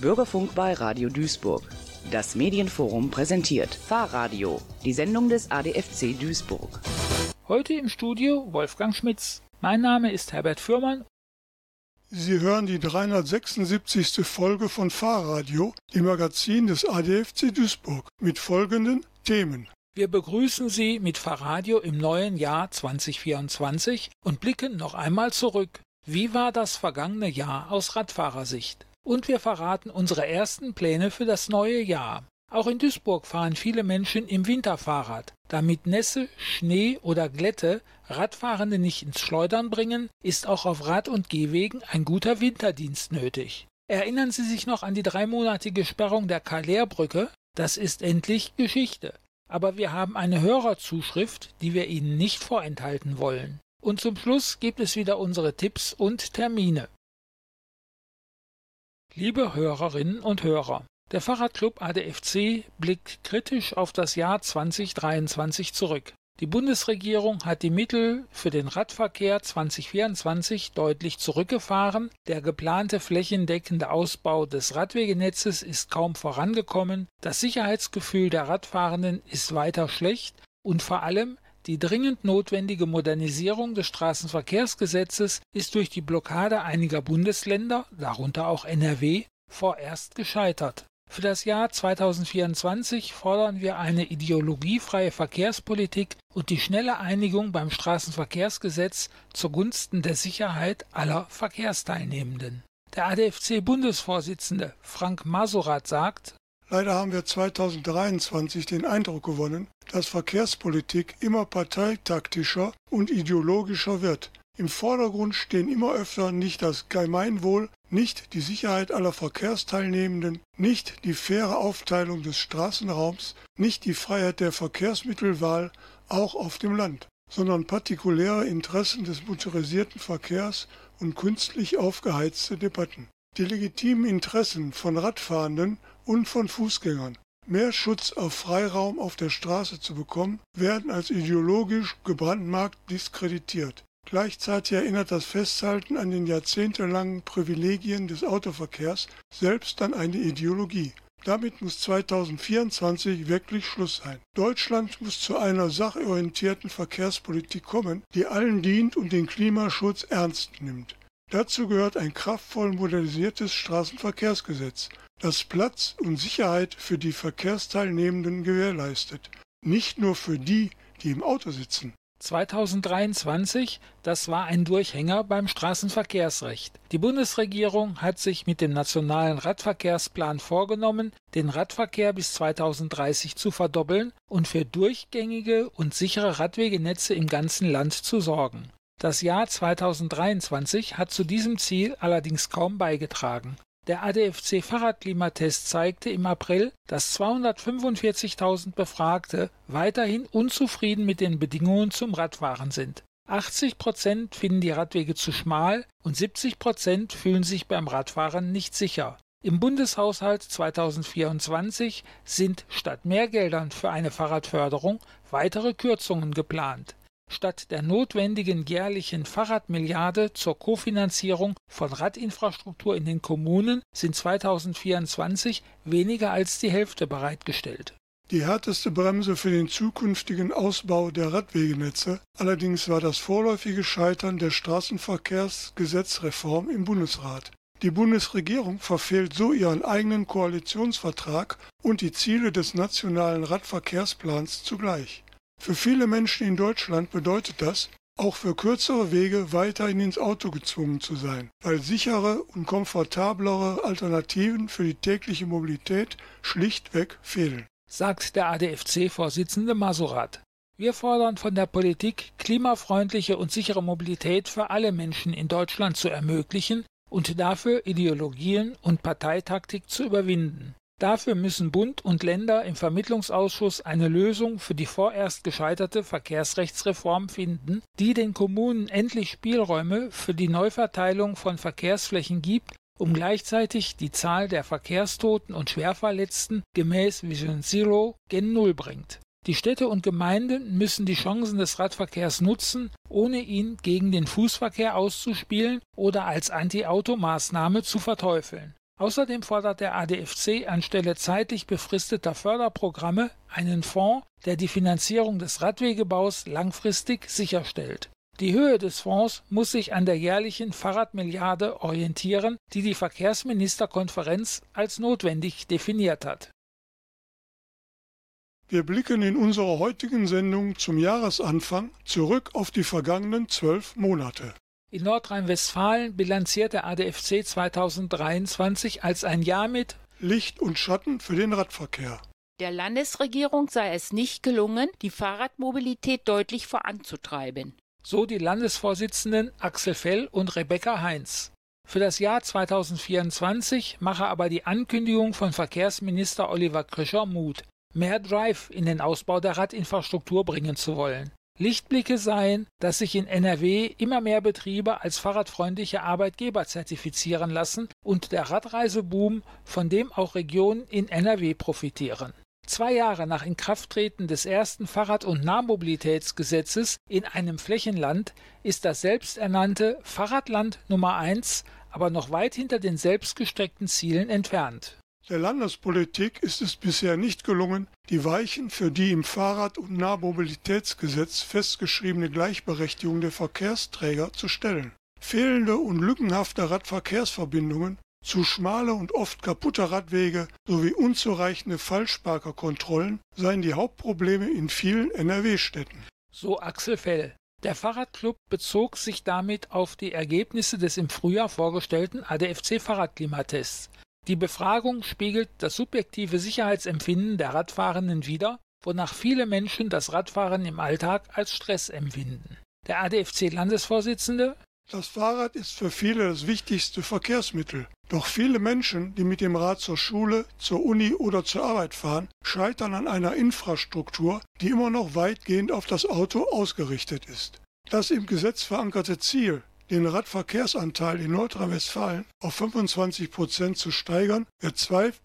Bürgerfunk bei Radio Duisburg. Das Medienforum präsentiert Fahrradio, die Sendung des ADFC Duisburg. Heute im Studio Wolfgang Schmitz. Mein Name ist Herbert Fürmann. Sie hören die 376. Folge von Fahrradio, dem Magazin des ADFC Duisburg, mit folgenden Themen. Wir begrüßen Sie mit Fahrradio im neuen Jahr 2024 und blicken noch einmal zurück. Wie war das vergangene Jahr aus Radfahrersicht? Und wir verraten unsere ersten Pläne für das neue Jahr. Auch in Duisburg fahren viele Menschen im Winter Fahrrad. Damit Nässe, Schnee oder Glätte Radfahrende nicht ins Schleudern bringen, ist auch auf Rad- und Gehwegen ein guter Winterdienst nötig. Erinnern Sie sich noch an die 3-monatige Sperrung der Karl-Lehr-Brücke? Das ist endlich Geschichte. Aber wir haben eine Hörerzuschrift, die wir Ihnen nicht vorenthalten wollen. Und zum Schluss gibt es wieder unsere Tipps und Termine. Liebe Hörerinnen und Hörer, der Fahrradclub ADFC blickt kritisch auf das Jahr 2023 zurück. Die Bundesregierung hat die Mittel für den Radverkehr 2024 deutlich zurückgefahren, der geplante flächendeckende Ausbau des Radwegenetzes ist kaum vorangekommen, das Sicherheitsgefühl der Radfahrenden ist weiter schlecht und vor allem die dringend notwendige Modernisierung des Straßenverkehrsgesetzes ist durch die Blockade einiger Bundesländer, darunter auch NRW, vorerst gescheitert. Für das Jahr 2024 fordern wir eine ideologiefreie Verkehrspolitik und die schnelle Einigung beim Straßenverkehrsgesetz zugunsten der Sicherheit aller Verkehrsteilnehmenden. Der ADFC-Bundesvorsitzende Frank Masorat sagt: Leider haben wir 2023 den Eindruck gewonnen, dass Verkehrspolitik immer parteitaktischer und ideologischer wird. Im Vordergrund stehen immer öfter nicht das Gemeinwohl, nicht die Sicherheit aller Verkehrsteilnehmenden, nicht die faire Aufteilung des Straßenraums, nicht die Freiheit der Verkehrsmittelwahl, auch auf dem Land, sondern partikuläre Interessen des motorisierten Verkehrs und künstlich aufgeheizte Debatten. Die legitimen Interessen von Radfahrenden und von Fußgängern, mehr Schutz auf Freiraum auf der Straße zu bekommen, werden als ideologisch gebrandmarkt diskreditiert. Gleichzeitig erinnert das Festhalten an den jahrzehntelangen Privilegien des Autoverkehrs selbst an eine Ideologie. Damit muss 2024 wirklich Schluss sein. Deutschland muss zu einer sachorientierten Verkehrspolitik kommen, die allen dient und den Klimaschutz ernst nimmt. Dazu gehört ein kraftvoll modernisiertes Straßenverkehrsgesetz, das Platz und Sicherheit für die Verkehrsteilnehmenden gewährleistet, nicht nur für die, die im Auto sitzen. 2023, das war ein Durchhänger beim Straßenverkehrsrecht. Die Bundesregierung hat sich mit dem Nationalen Radverkehrsplan vorgenommen, den Radverkehr bis 2030 zu verdoppeln und für durchgängige und sichere Radwegenetze im ganzen Land zu sorgen. Das Jahr 2023 hat zu diesem Ziel allerdings kaum beigetragen. Der ADFC-Fahrradklimatest zeigte im April, dass 245.000 Befragte weiterhin unzufrieden mit den Bedingungen zum Radfahren sind. 80% finden die Radwege zu schmal und 70% fühlen sich beim Radfahren nicht sicher. Im Bundeshaushalt 2024 sind statt mehr Geldern für eine Fahrradförderung weitere Kürzungen geplant. Statt der notwendigen jährlichen Fahrradmilliarde zur Kofinanzierung von Radinfrastruktur in den Kommunen sind 2024 weniger als die Hälfte bereitgestellt. Die härteste Bremse für den zukünftigen Ausbau der Radwegenetze allerdings war das vorläufige Scheitern der Straßenverkehrsgesetzreform im Bundesrat. Die Bundesregierung verfehlt so ihren eigenen Koalitionsvertrag und die Ziele des nationalen Radverkehrsplans zugleich. Für viele Menschen in Deutschland bedeutet das, auch für kürzere Wege weiterhin ins Auto gezwungen zu sein, weil sichere und komfortablere Alternativen für die tägliche Mobilität schlichtweg fehlen, sagt der ADFC-Vorsitzende Masorat. Wir fordern von der Politik, klimafreundliche und sichere Mobilität für alle Menschen in Deutschland zu ermöglichen und dafür Ideologien und Parteitaktik zu überwinden. Dafür müssen Bund und Länder im Vermittlungsausschuss eine Lösung für die vorerst gescheiterte Verkehrsrechtsreform finden, die den Kommunen endlich Spielräume für die Neuverteilung von Verkehrsflächen gibt, um gleichzeitig die Zahl der Verkehrstoten und Schwerverletzten gemäß Vision Zero gen Null bringt. Die Städte und Gemeinden müssen die Chancen des Radverkehrs nutzen, ohne ihn gegen den Fußverkehr auszuspielen oder als Anti-Auto-Maßnahme zu verteufeln. Außerdem fordert der ADFC anstelle zeitlich befristeter Förderprogramme einen Fonds, der die Finanzierung des Radwegebaus langfristig sicherstellt. Die Höhe des Fonds muss sich an der jährlichen Fahrradmilliarde orientieren, die die Verkehrsministerkonferenz als notwendig definiert hat. Wir blicken in unserer heutigen Sendung zum Jahresanfang zurück auf die vergangenen 12 Monate. In Nordrhein-Westfalen bilanziert der ADFC 2023 als ein Jahr mit Licht und Schatten für den Radverkehr. Der Landesregierung sei es nicht gelungen, die Fahrradmobilität deutlich voranzutreiben. So die Landesvorsitzenden Axel Fell und Rebecca Heinz. Für das Jahr 2024 mache aber die Ankündigung von Verkehrsminister Oliver Krischer Mut, mehr Drive in den Ausbau der Radinfrastruktur bringen zu wollen. Lichtblicke seien, dass sich in NRW immer mehr Betriebe als fahrradfreundliche Arbeitgeber zertifizieren lassen und der Radreiseboom, von dem auch Regionen in NRW profitieren. 2 Jahre nach Inkrafttreten des ersten Fahrrad- und Nahmobilitätsgesetzes in einem Flächenland ist das selbsternannte Fahrradland Nummer 1 aber noch weit hinter den selbstgesteckten Zielen entfernt. Der Landespolitik ist es bisher nicht gelungen, die Weichen für die im Fahrrad- und Nahmobilitätsgesetz festgeschriebene Gleichberechtigung der Verkehrsträger zu stellen. Fehlende und lückenhafte Radverkehrsverbindungen, zu schmale und oft kaputte Radwege sowie unzureichende Falschparkerkontrollen seien die Hauptprobleme in vielen NRW-Städten. So Axel Fell. Der Fahrradclub bezog sich damit auf die Ergebnisse des im Frühjahr vorgestellten ADFC-Fahrradklimatests. Die Befragung spiegelt das subjektive Sicherheitsempfinden der Radfahrenden wider, wonach viele Menschen das Radfahren im Alltag als Stress empfinden. Der ADFC-Landesvorsitzende: Das Fahrrad ist für viele das wichtigste Verkehrsmittel. Doch viele Menschen, die mit dem Rad zur Schule, zur Uni oder zur Arbeit fahren, scheitern an einer Infrastruktur, die immer noch weitgehend auf das Auto ausgerichtet ist. Das im Gesetz verankerte Ziel, den Radverkehrsanteil in Nordrhein-Westfalen auf 25% zu steigern, wird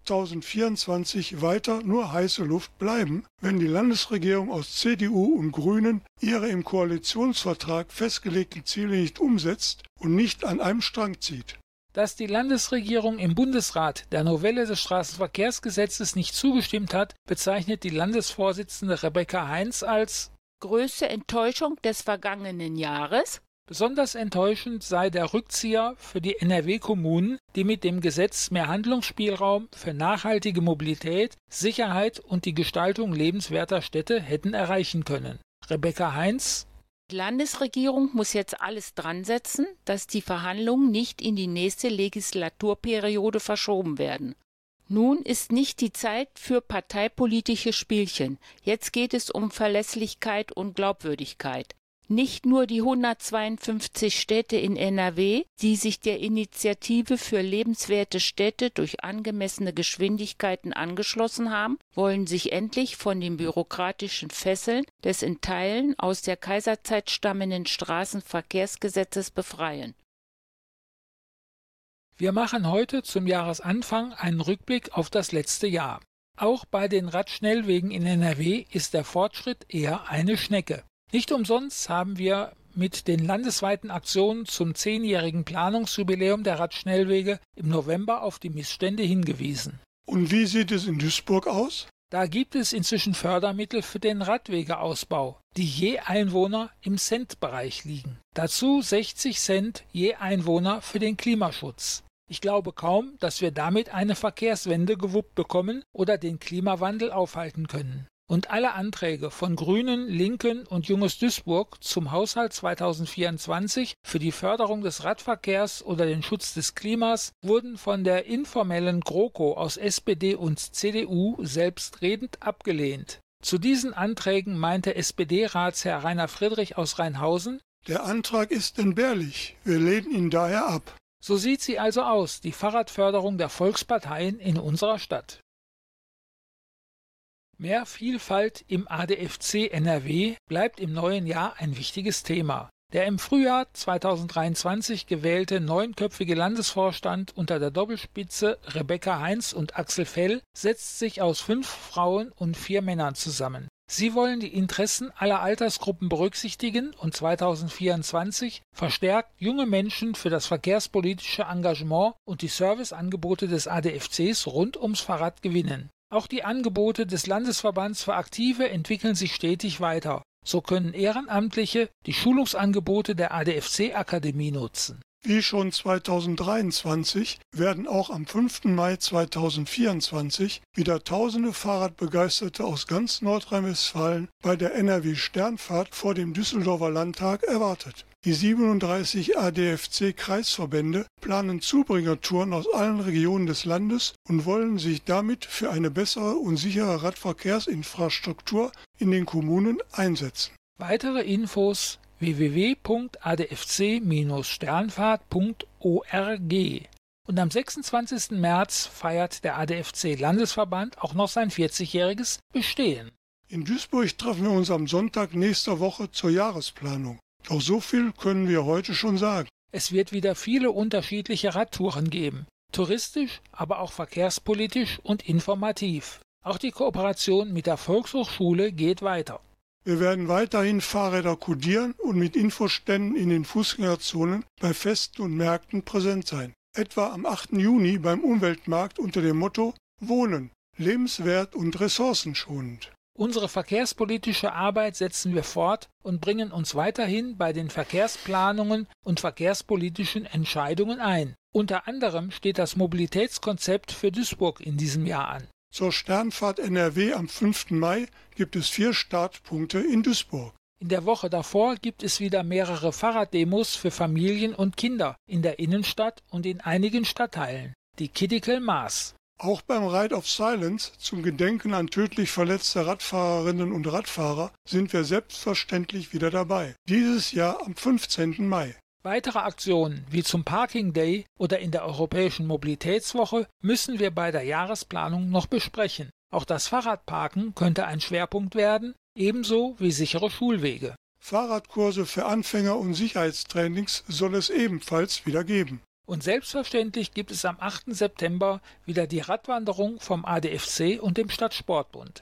2024 weiter nur heiße Luft bleiben, wenn die Landesregierung aus CDU und Grünen ihre im Koalitionsvertrag festgelegten Ziele nicht umsetzt und nicht an einem Strang zieht. Dass die Landesregierung im Bundesrat der Novelle des Straßenverkehrsgesetzes nicht zugestimmt hat, bezeichnet die Landesvorsitzende Rebecca Heinz als größte Enttäuschung des vergangenen Jahres. Besonders enttäuschend sei der Rückzieher für die NRW-Kommunen, die mit dem Gesetz mehr Handlungsspielraum für nachhaltige Mobilität, Sicherheit und die Gestaltung lebenswerter Städte hätten erreichen können. Rebecca Heinz: Die Landesregierung muss jetzt alles dran setzen, dass die Verhandlungen nicht in die nächste Legislaturperiode verschoben werden. Nun ist nicht die Zeit für parteipolitische Spielchen. Jetzt geht es um Verlässlichkeit und Glaubwürdigkeit. Nicht nur die 152 Städte in NRW, die sich der Initiative für lebenswerte Städte durch angemessene Geschwindigkeiten angeschlossen haben, wollen sich endlich von den bürokratischen Fesseln des in Teilen aus der Kaiserzeit stammenden Straßenverkehrsgesetzes befreien. Wir machen heute zum Jahresanfang einen Rückblick auf das letzte Jahr. Auch bei den Radschnellwegen in NRW ist der Fortschritt eher eine Schnecke. Nicht umsonst haben wir mit den landesweiten Aktionen zum 10-jährigen Planungsjubiläum der Radschnellwege im November auf die Missstände hingewiesen. Und wie sieht es in Duisburg aus? Da gibt es inzwischen Fördermittel für den Radwegeausbau, die je Einwohner im Centbereich liegen. Dazu 60 Cent je Einwohner für den Klimaschutz. Ich glaube kaum, dass wir damit eine Verkehrswende gewuppt bekommen oder den Klimawandel aufhalten können. Und alle Anträge von Grünen, Linken und Junges Duisburg zum Haushalt 2024 für die Förderung des Radverkehrs oder den Schutz des Klimas wurden von der informellen GroKo aus SPD und CDU selbstredend abgelehnt. Zu diesen Anträgen meinte SPD-Ratsherr Rainer Friedrich aus Rheinhausen: Der Antrag ist entbehrlich. Wir lehnen ihn daher ab. So sieht sie also aus, die Fahrradförderung der Volksparteien in unserer Stadt. Mehr Vielfalt im ADFC NRW bleibt im neuen Jahr ein wichtiges Thema. Der im Frühjahr 2023 gewählte 9-köpfige Landesvorstand unter der Doppelspitze Rebecca Heinz und Axel Fell setzt sich aus 5 Frauen und 4 Männern zusammen. Sie wollen die Interessen aller Altersgruppen berücksichtigen und 2024 verstärkt junge Menschen für das verkehrspolitische Engagement und die Serviceangebote des ADFCs rund ums Fahrrad gewinnen. Auch die Angebote des Landesverbands für Aktive entwickeln sich stetig weiter. So können Ehrenamtliche die Schulungsangebote der ADFC-Akademie nutzen. Wie schon 2023 werden auch am 5. Mai 2024 wieder tausende Fahrradbegeisterte aus ganz Nordrhein-Westfalen bei der NRW-Sternfahrt vor dem Düsseldorfer Landtag erwartet. Die 37 ADFC-Kreisverbände planen Zubringertouren aus allen Regionen des Landes und wollen sich damit für eine bessere und sichere Radverkehrsinfrastruktur in den Kommunen einsetzen. Weitere Infos www.adfc-sternfahrt.org. Und am 26. März feiert der ADFC-Landesverband auch noch sein 40-jähriges Bestehen. In Duisburg treffen wir uns am Sonntag nächster Woche zur Jahresplanung. Doch so viel können wir heute schon sagen. Es wird wieder viele unterschiedliche Radtouren geben. Touristisch, aber auch verkehrspolitisch und informativ. Auch die Kooperation mit der Volkshochschule geht weiter. Wir werden weiterhin Fahrräder kodieren und mit Infoständen in den Fußgängerzonen bei Festen und Märkten präsent sein. Etwa am 8. Juni beim Umweltmarkt unter dem Motto Wohnen, lebenswert und ressourcenschonend. Unsere verkehrspolitische Arbeit setzen wir fort und bringen uns weiterhin bei den Verkehrsplanungen und verkehrspolitischen Entscheidungen ein. Unter anderem steht das Mobilitätskonzept für Duisburg in diesem Jahr an. Zur Sternfahrt NRW am 5. Mai gibt es 4 Startpunkte in Duisburg. In der Woche davor gibt es wieder mehrere Fahrraddemos für Familien und Kinder in der Innenstadt und in einigen Stadtteilen. Die Kidical Maß. Auch beim Ride of Silence zum Gedenken an tödlich verletzte Radfahrerinnen und Radfahrer sind wir selbstverständlich wieder dabei. Dieses Jahr am 15. Mai. Weitere Aktionen wie zum Parking Day oder in der Europäischen Mobilitätswoche müssen wir bei der Jahresplanung noch besprechen. Auch das Fahrradparken könnte ein Schwerpunkt werden, ebenso wie sichere Schulwege. Fahrradkurse für Anfänger und Sicherheitstrainings soll es ebenfalls wieder geben. Und selbstverständlich gibt es am 8. September wieder die Radwanderung vom ADFC und dem Stadtsportbund.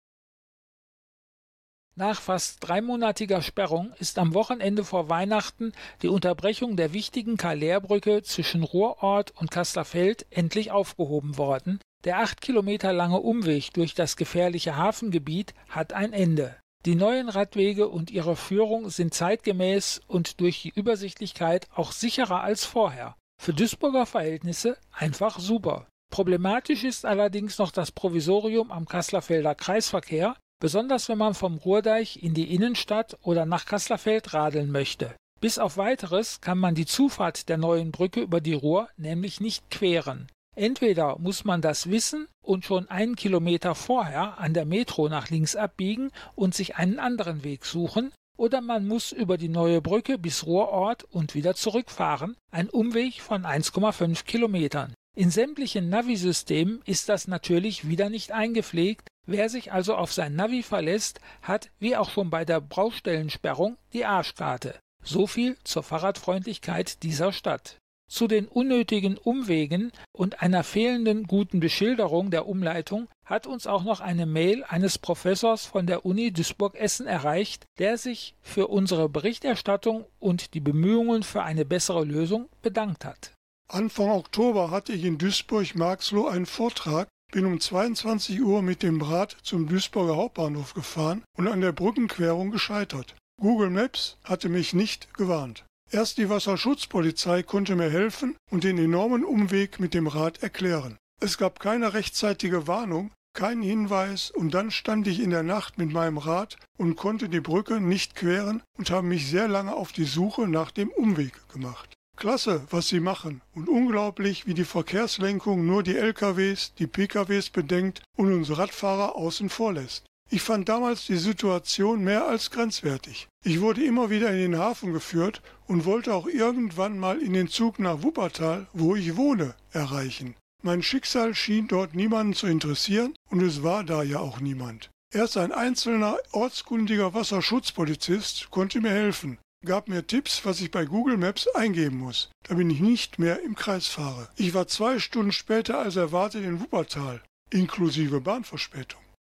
Nach fast 3-monatiger Sperrung ist am Wochenende vor Weihnachten die Unterbrechung der wichtigen Karl-Lehr-Brücke zwischen Ruhrort und Kasslerfeld endlich aufgehoben worden. Der 8 Kilometer lange Umweg durch das gefährliche Hafengebiet hat ein Ende. Die neuen Radwege und ihre Führung sind zeitgemäß und durch die Übersichtlichkeit auch sicherer als vorher. Für Duisburger Verhältnisse einfach super. Problematisch ist allerdings noch das Provisorium am Kasslerfelder Kreisverkehr, besonders wenn man vom Ruhrdeich in die Innenstadt oder nach Kasslerfeld radeln möchte. Bis auf Weiteres kann man die Zufahrt der neuen Brücke über die Ruhr nämlich nicht queren. Entweder muss man das wissen und schon 1 Kilometer vorher an der Metro nach links abbiegen und sich einen anderen Weg suchen, oder man muss über die neue Brücke bis Ruhrort und wieder zurückfahren, ein Umweg von 1,5 Kilometern. In sämtlichen Navisystemen ist das natürlich wieder nicht eingepflegt. Wer sich also auf sein Navi verlässt, hat, wie auch schon bei der Baustellensperrung, die Arschkarte. So viel zur Fahrradfreundlichkeit dieser Stadt. Zu den unnötigen Umwegen und einer fehlenden guten Beschilderung der Umleitung hat uns auch noch eine Mail eines Professors von der Uni Duisburg-Essen erreicht, der sich für unsere Berichterstattung und die Bemühungen für eine bessere Lösung bedankt hat. Anfang Oktober hatte ich in Duisburg-Marxloh einen Vortrag, bin um 22 Uhr mit dem Rad zum Duisburger Hauptbahnhof gefahren und an der Brückenquerung gescheitert. Google Maps hatte mich nicht gewarnt. Erst die Wasserschutzpolizei konnte mir helfen und den enormen Umweg mit dem Rad erklären. Es gab keine rechtzeitige Warnung, keinen Hinweis und dann stand ich in der Nacht mit meinem Rad und konnte die Brücke nicht queren und habe mich sehr lange auf die Suche nach dem Umweg gemacht. Klasse, was sie machen und unglaublich, wie die Verkehrslenkung nur die LKWs, die PKWs bedenkt und uns Radfahrer außen vor lässt. Ich fand damals die Situation mehr als grenzwertig. Ich wurde immer wieder in den Hafen geführt und wollte auch irgendwann mal in den Zug nach Wuppertal, wo ich wohne, erreichen. Mein Schicksal schien dort niemanden zu interessieren und es war da ja auch niemand. Erst ein einzelner ortskundiger Wasserschutzpolizist konnte mir helfen, gab mir Tipps, was ich bei Google Maps eingeben muss, damit ich nicht mehr im Kreis fahre. Ich war 2 Stunden später als erwartet in Wuppertal, inklusive Bahnverspätung.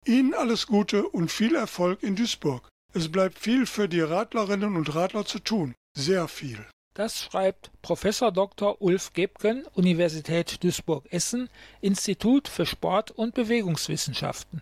Ihnen alles Gute und viel Erfolg in Duisburg. Es bleibt viel für die Radlerinnen und Radler zu tun. Sehr viel. Das schreibt Prof. Dr. Ulf Gebgen, Universität Duisburg-Essen, Institut für Sport- und Bewegungswissenschaften.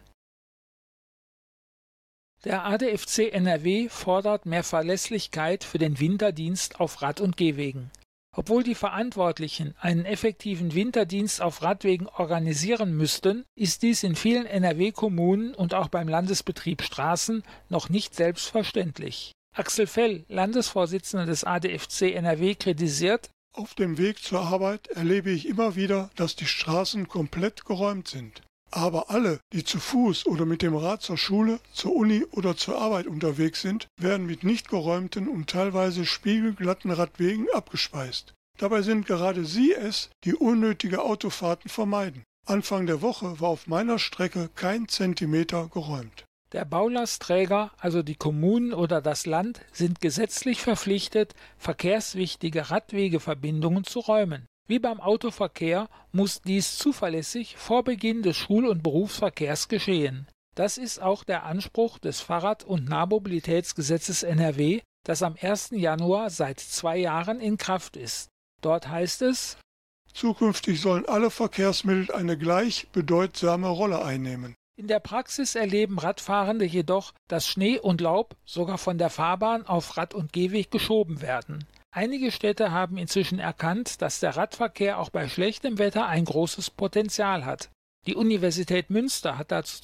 Der ADFC NRW fordert mehr Verlässlichkeit für den Winterdienst auf Rad- und Gehwegen. Obwohl die Verantwortlichen einen effektiven Winterdienst auf Radwegen organisieren müssten, ist dies in vielen NRW-Kommunen und auch beim Landesbetrieb Straßen noch nicht selbstverständlich. Axel Fell, Landesvorsitzender des ADFC NRW, kritisiert: Auf dem Weg zur Arbeit erlebe ich immer wieder, dass die Straßen komplett geräumt sind. Aber alle, die zu Fuß oder mit dem Rad zur Schule, zur Uni oder zur Arbeit unterwegs sind, werden mit nicht geräumten und teilweise spiegelglatten Radwegen abgespeist. Dabei sind gerade sie es, die unnötige Autofahrten vermeiden. Anfang der Woche war auf meiner Strecke kein Zentimeter geräumt. Der Baulastträger, also die Kommunen oder das Land, sind gesetzlich verpflichtet, verkehrswichtige Radwegeverbindungen zu räumen. Wie beim Autoverkehr muss dies zuverlässig vor Beginn des Schul- und Berufsverkehrs geschehen. Das ist auch der Anspruch des Fahrrad- und Nahmobilitätsgesetzes NRW, das am 1. Januar seit 2 Jahren in Kraft ist. Dort heißt es: Zukünftig sollen alle Verkehrsmittel eine gleich bedeutsame Rolle einnehmen. In der Praxis erleben Radfahrende jedoch, dass Schnee und Laub sogar von der Fahrbahn auf Rad- und Gehweg geschoben werden. Einige Städte haben inzwischen erkannt, dass der Radverkehr auch bei schlechtem Wetter ein großes Potenzial hat. Die Universität Münster hat dazu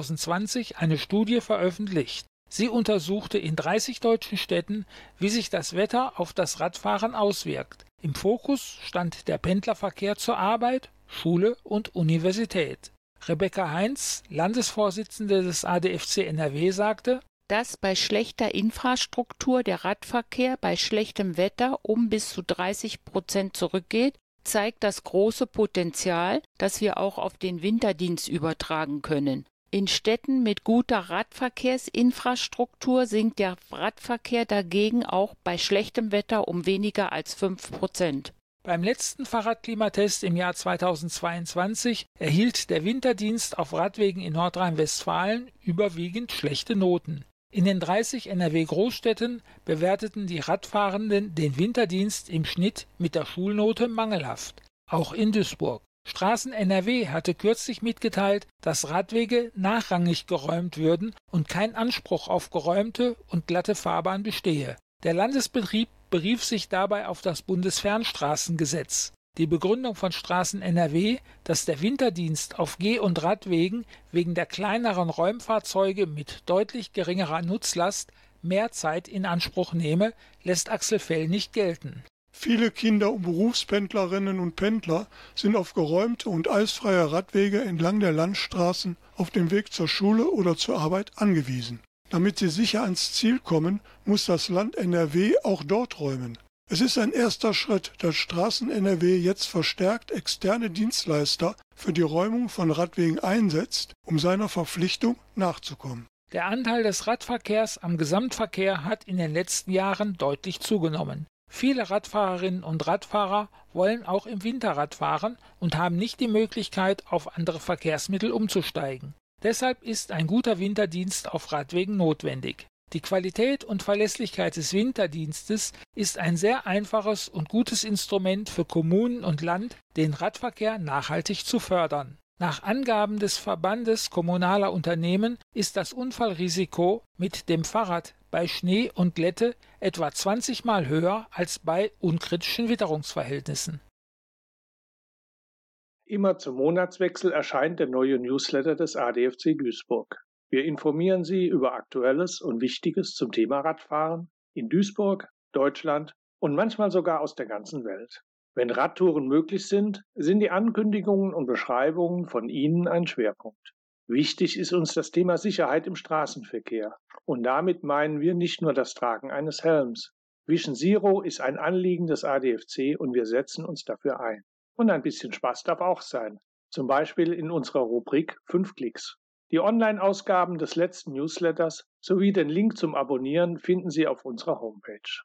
2020 eine Studie veröffentlicht. Sie untersuchte in 30 deutschen Städten, wie sich das Wetter auf das Radfahren auswirkt. Im Fokus stand der Pendlerverkehr zur Arbeit, Schule und Universität. Rebecca Heinz, Landesvorsitzende des ADFC NRW, sagte: Dass bei schlechter Infrastruktur der Radverkehr bei schlechtem Wetter um bis zu 30% zurückgeht, zeigt das große Potenzial, das wir auch auf den Winterdienst übertragen können. In Städten mit guter Radverkehrsinfrastruktur sinkt der Radverkehr dagegen auch bei schlechtem Wetter um weniger als 5%. Beim letzten Fahrradklimatest im Jahr 2022 erhielt der Winterdienst auf Radwegen in Nordrhein-Westfalen überwiegend schlechte Noten. In den 30 NRW-Großstädten bewerteten die Radfahrenden den Winterdienst im Schnitt mit der Schulnote mangelhaft. Auch in Duisburg. Straßen NRW hatte kürzlich mitgeteilt, dass Radwege nachrangig geräumt würden und kein Anspruch auf geräumte und glatte Fahrbahn bestehe. Der Landesbetrieb berief sich dabei auf das Bundesfernstraßengesetz. Die Begründung von Straßen NRW, dass der Winterdienst auf Geh- und Radwegen wegen der kleineren Räumfahrzeuge mit deutlich geringerer Nutzlast mehr Zeit in Anspruch nehme, lässt Axel Fell nicht gelten. Viele Kinder- und Berufspendlerinnen und Pendler sind auf geräumte und eisfreie Radwege entlang der Landstraßen auf dem Weg zur Schule oder zur Arbeit angewiesen. Damit sie sicher ans Ziel kommen, muss das Land NRW auch dort räumen. Es ist ein erster Schritt, dass Straßen NRW jetzt verstärkt externe Dienstleister für die Räumung von Radwegen einsetzt, um seiner Verpflichtung nachzukommen. Der Anteil des Radverkehrs am Gesamtverkehr hat in den letzten Jahren deutlich zugenommen. Viele Radfahrerinnen und Radfahrer wollen auch im Winterrad fahren und haben nicht die Möglichkeit, auf andere Verkehrsmittel umzusteigen. Deshalb ist ein guter Winterdienst auf Radwegen notwendig. Die Qualität und Verlässlichkeit des Winterdienstes ist ein sehr einfaches und gutes Instrument für Kommunen und Land, den Radverkehr nachhaltig zu fördern. Nach Angaben des Verbandes kommunaler Unternehmen ist das Unfallrisiko mit dem Fahrrad bei Schnee und Glätte etwa 20 Mal höher als bei unkritischen Witterungsverhältnissen. Immer zum Monatswechsel erscheint der neue Newsletter des ADFC Duisburg. Wir informieren Sie über Aktuelles und Wichtiges zum Thema Radfahren in Duisburg, Deutschland und manchmal sogar aus der ganzen Welt. Wenn Radtouren möglich sind, sind die Ankündigungen und Beschreibungen von Ihnen ein Schwerpunkt. Wichtig ist uns das Thema Sicherheit im Straßenverkehr. Und damit meinen wir nicht nur das Tragen eines Helms. Vision Zero ist ein Anliegen des ADFC und wir setzen uns dafür ein. Und ein bisschen Spaß darf auch sein. Zum Beispiel in unserer Rubrik 5 Klicks. Die Online-Ausgaben des letzten Newsletters sowie den Link zum Abonnieren finden Sie auf unserer Homepage.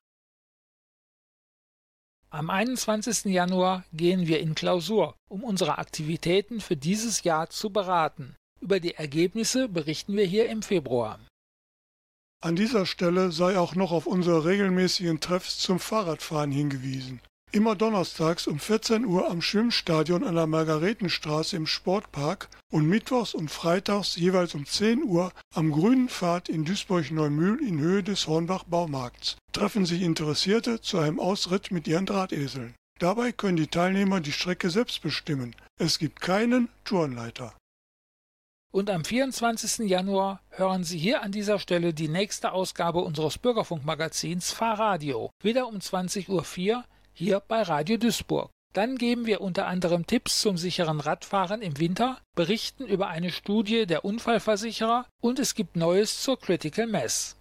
Am 21. Januar gehen wir in Klausur, um unsere Aktivitäten für dieses Jahr zu beraten. Über die Ergebnisse berichten wir hier im Februar. An dieser Stelle sei auch noch auf unsere regelmäßigen Treffs zum Fahrradfahren hingewiesen. Immer donnerstags um 14 Uhr am Schwimmstadion an der Margaretenstraße im Sportpark und mittwochs und freitags jeweils um 10 Uhr am Grünen Pfad in Duisburg-Neumühl in Höhe des Hornbach-Baumarkts treffen sich Interessierte zu einem Ausritt mit ihren Drahteseln. Dabei können die Teilnehmer die Strecke selbst bestimmen. Es gibt keinen Tourenleiter. Und am 24. Januar hören Sie hier an dieser Stelle die nächste Ausgabe unseres Bürgerfunkmagazins Fahrradio, wieder um 20:04 Uhr hier bei Radio Duisburg. Dann geben wir unter anderem Tipps zum sicheren Radfahren im Winter, berichten über eine Studie der Unfallversicherer und es gibt Neues zur Critical Mass.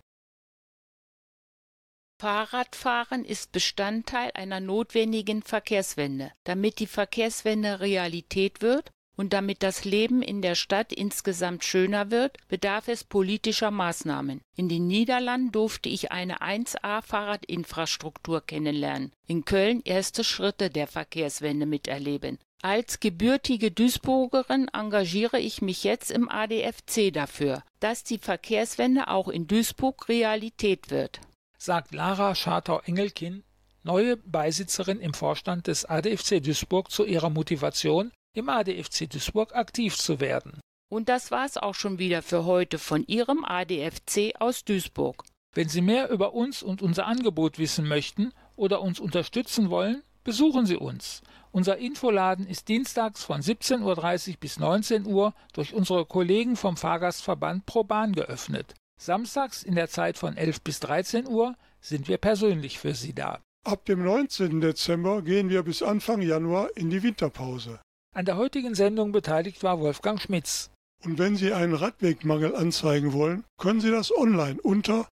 Fahrradfahren ist Bestandteil einer notwendigen Verkehrswende. Damit die Verkehrswende Realität wird und damit das Leben in der Stadt insgesamt schöner wird, bedarf es politischer Maßnahmen. In den Niederlanden durfte ich eine 1A-Fahrradinfrastruktur kennenlernen. In Köln erste Schritte der Verkehrswende miterleben. Als gebürtige Duisburgerin engagiere ich mich jetzt im ADFC dafür, dass die Verkehrswende auch in Duisburg Realität wird, sagt Lara Schartau-Engelkin, neue Beisitzerin im Vorstand des ADFC Duisburg, zu ihrer Motivation, im ADFC Duisburg aktiv zu werden. Und das war's auch schon wieder für heute von Ihrem ADFC aus Duisburg. Wenn Sie mehr über uns und unser Angebot wissen möchten oder uns unterstützen wollen, besuchen Sie uns. Unser Infoladen ist dienstags von 17:30 Uhr bis 19 Uhr durch unsere Kollegen vom Fahrgastverband ProBahn geöffnet. Samstags in der Zeit von 11 bis 13 Uhr sind wir persönlich für Sie da. Ab dem 19. Dezember gehen wir bis Anfang Januar in die Winterpause. An der heutigen Sendung beteiligt war Wolfgang Schmitz. Und wenn Sie einen Radwegmangel anzeigen wollen, können Sie das online unter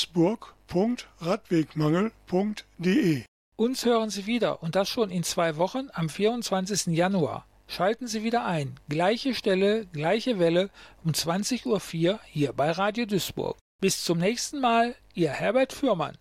duisburg.radwegmangel.de. Uns hören Sie wieder und das schon in 2 Wochen am 24. Januar. Schalten Sie wieder ein. Gleiche Stelle, gleiche Welle um 20:04 Uhr hier bei Radio Duisburg. Bis zum nächsten Mal, Ihr Herbert Fürmann.